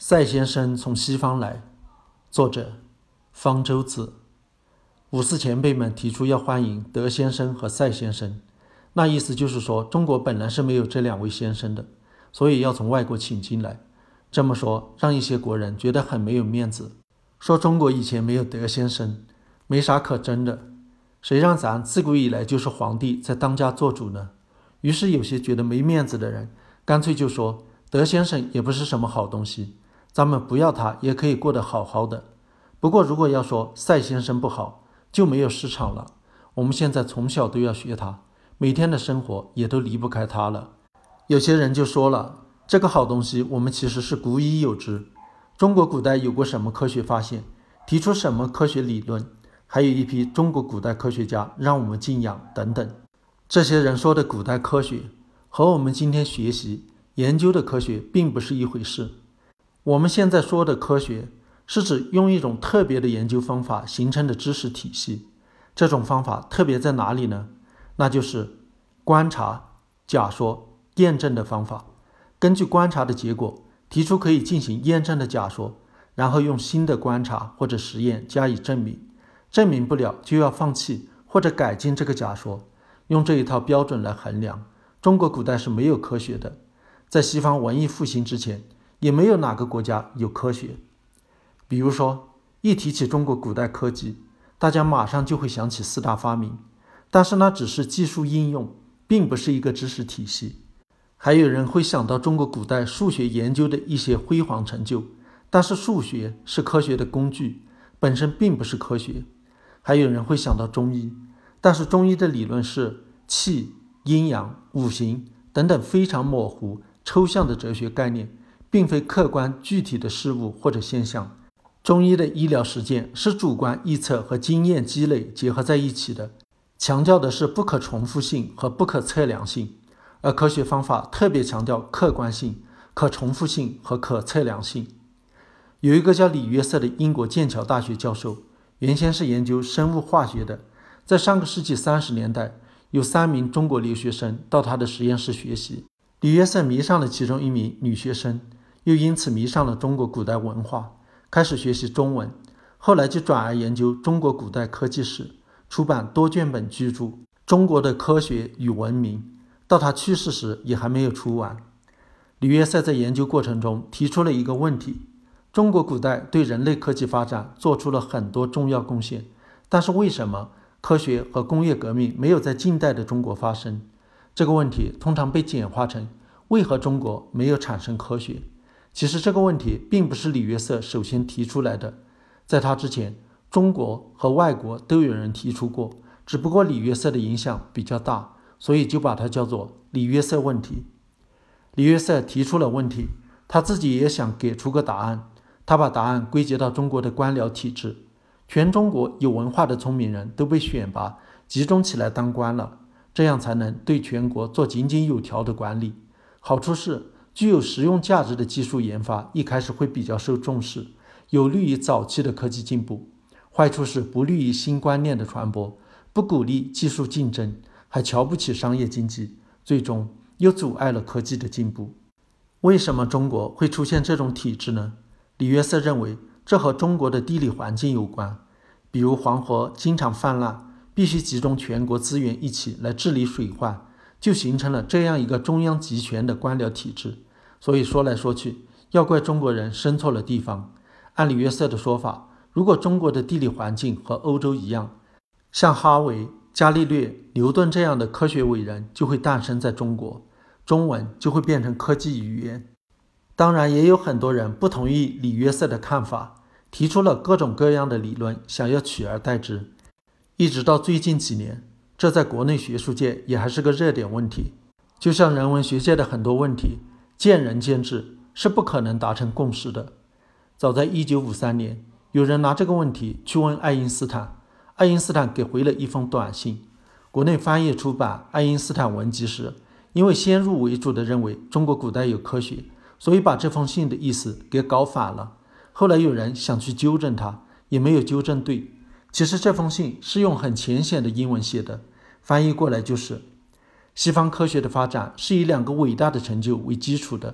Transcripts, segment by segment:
赛先生从西方来，作者方舟子。54前辈们提出要欢迎德先生和赛先生，那意思就是说中国本来是没有这两位先生的，所以要从外国请进来。这么说让一些国人觉得很没有面子，说中国以前没有德先生，没啥可争的，谁让咱自古以来就是皇帝在当家做主呢？于是有些觉得没面子的人干脆就说德先生也不是什么好东西，咱们不要他也可以过得好好的。不过如果要说赛先生不好，就没有市场了。我们现在从小都要学他，每天的生活也都离不开他了。有些人就说了，这个好东西我们其实是古已有之，中国古代有过什么科学发现，提出什么科学理论，还有一批中国古代科学家让我们敬仰等等。这些人说的古代科学和我们今天学习研究的科学并不是一回事。我们现在说的科学是指用一种特别的研究方法形成的知识体系。这种方法特别在哪里呢？那就是观察、假说、验证的方法。根据观察的结果提出可以进行验证的假说，然后用新的观察或者实验加以证明，证明不了就要放弃或者改进这个假说。用这一套标准来衡量，中国古代是没有科学的。在西方文艺复兴之前，也没有哪个国家有科学。比如说，一提起中国古代科技，大家马上就会想起四大发明，但是那只是技术应用，并不是一个知识体系。还有人会想到中国古代数学研究的一些辉煌成就，但是数学是科学的工具，本身并不是科学。还有人会想到中医，但是中医的理论是气、阴阳、五行等等非常模糊抽象的哲学概念，并非客观具体的事物或者现象。中医的医疗实践是主观臆测和经验积累结合在一起的，强调的是不可重复性和不可测量性，而科学方法特别强调客观性、可重复性和可测量性。有一个叫李约瑟的英国剑桥大学教授，原先是研究生物化学的，在上个世纪30年代，有3名中国留学生到他的实验室学习。李约瑟迷上了其中一名女学生，又因此迷上了中国古代文化，开始学习中文，后来就转而研究中国古代科技史，出版多卷本巨著《中国的科学与文明》，到他去世时也还没有出完。李约瑟在研究过程中提出了一个问题：中国古代对人类科技发展做出了很多重要贡献，但是为什么科学和工业革命没有在近代的中国发生？这个问题通常被简化成为何中国没有产生科学？其实这个问题并不是李约瑟首先提出来的，在他之前，中国和外国都有人提出过，只不过李约瑟的影响比较大，所以就把它叫做李约瑟问题。李约瑟提出了问题，他自己也想给出个答案，他把答案归结到中国的官僚体制。全中国有文化的聪明人都被选拔集中起来当官了，这样才能对全国做井井有条的管理。好处是具有实用价值的技术研发一开始会比较受重视，有利于早期的科技进步。坏处是不利于新观念的传播，不鼓励技术竞争，还瞧不起商业经济，最终又阻碍了科技的进步。为什么中国会出现这种体制呢？李约瑟认为这和中国的地理环境有关，比如黄河经常泛滥，必须集中全国资源一起来治理水患，就形成了这样一个中央集权的官僚体制。所以说来说去，要怪中国人生错了地方。按李约瑟的说法，如果中国的地理环境和欧洲一样，像哈维、伽利略、牛顿这样的科学伟人就会诞生在中国，中文就会变成科技语言。当然也有很多人不同意李约瑟的看法，提出了各种各样的理论，想要取而代之。一直到最近几年，这在国内学术界也还是个热点问题。就像人文学界的很多问题，见仁见智，是不可能达成共识的。早在1953年，有人拿这个问题去问爱因斯坦，爱因斯坦给回了一封短信。国内翻译出版爱因斯坦文集时，因为先入为主地认为中国古代有科学，所以把这封信的意思给搞反了。后来有人想去纠正他，也没有纠正对。其实这封信是用很浅显的英文写的，翻译过来就是：西方科学的发展是以2个伟大的成就为基础的，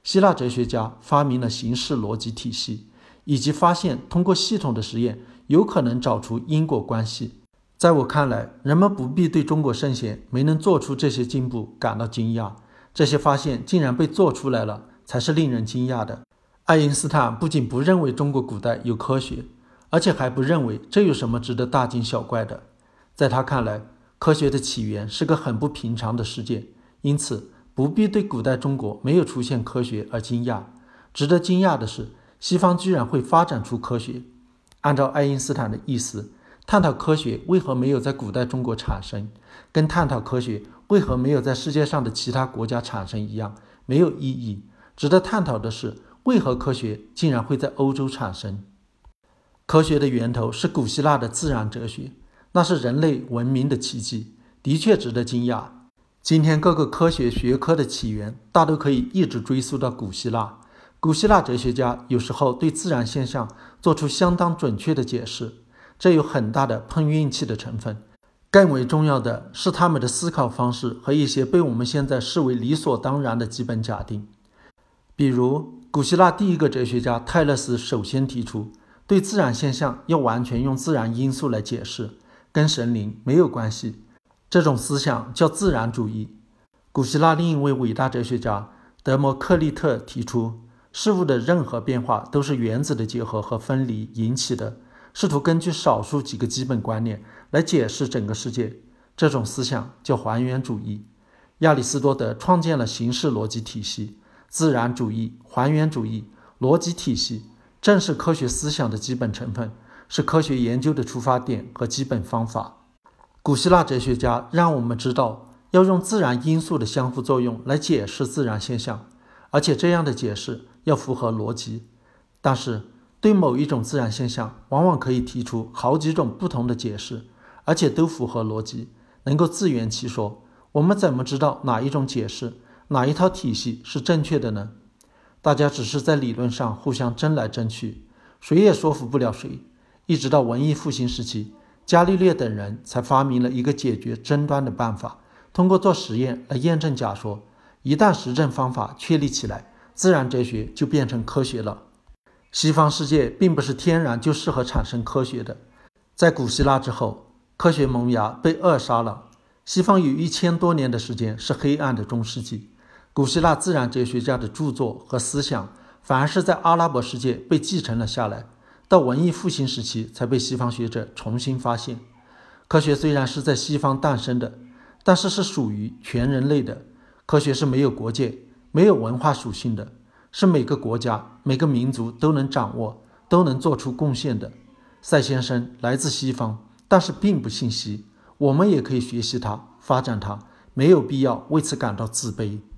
希腊哲学家发明了形式逻辑体系，以及发现通过系统的实验有可能找出因果关系。在我看来，人们不必对中国圣贤没能做出这些进步感到惊讶，这些发现竟然被做出来了，才是令人惊讶的。爱因斯坦不仅不认为中国古代有科学，而且还不认为这有什么值得大惊小怪的。在他看来，科学的起源是个很不平常的事件，因此不必对古代中国没有出现科学而惊讶。值得惊讶的是，西方居然会发展出科学。按照爱因斯坦的意思，探讨科学为何没有在古代中国产生，跟探讨科学为何没有在世界上的其他国家产生一样，没有意义。值得探讨的是，为何科学竟然会在欧洲产生。科学的源头是古希腊的自然哲学，那是人类文明的奇迹，的确值得惊讶。今天各个科学学科的起源大都可以一直追溯到古希腊。古希腊哲学家有时候对自然现象做出相当准确的解释，这有很大的碰运气的成分。更为重要的是他们的思考方式和一些被我们现在视为理所当然的基本假定。比如，古希腊第一个哲学家泰勒斯首先提出，对自然现象要完全用自然因素来解释，跟神灵没有关系。这种思想叫自然主义。古希腊另一位伟大哲学家德谟克利特提出，事物的任何变化都是原子的结合和分离引起的，试图根据少数几个基本观念来解释整个世界。这种思想叫还原主义。亚里士多德创建了形式逻辑体系，自然主义、还原主义、逻辑体系正是科学思想的基本成分，是科学研究的出发点和基本方法。古希腊哲学家让我们知道，要用自然因素的相互作用来解释自然现象，而且这样的解释要符合逻辑。但是，对某一种自然现象，往往可以提出好几种不同的解释，而且都符合逻辑，能够自圆其说。我们怎么知道哪一种解释，哪一套体系是正确的呢？大家只是在理论上互相争来争去，谁也说服不了谁。一直到文艺复兴时期，伽利略等人才发明了一个解决争端的办法，通过做实验来验证假说。一旦实证方法确立起来，自然哲学就变成科学了。西方世界并不是天然就适合产生科学的。在古希腊之后，科学萌芽被扼杀了。西方有1000多年的时间是黑暗的中世纪。古希腊自然哲学家的著作和思想反而是在阿拉伯世界被继承了下来，到文艺复兴时期才被西方学者重新发现。科学虽然是在西方诞生的，但是是属于全人类的。科学是没有国界、没有文化属性的，是每个国家、每个民族都能掌握、都能做出贡献的。赛先生来自西方，但是并不信息，我们也可以学习它、发展它，没有必要为此感到自卑。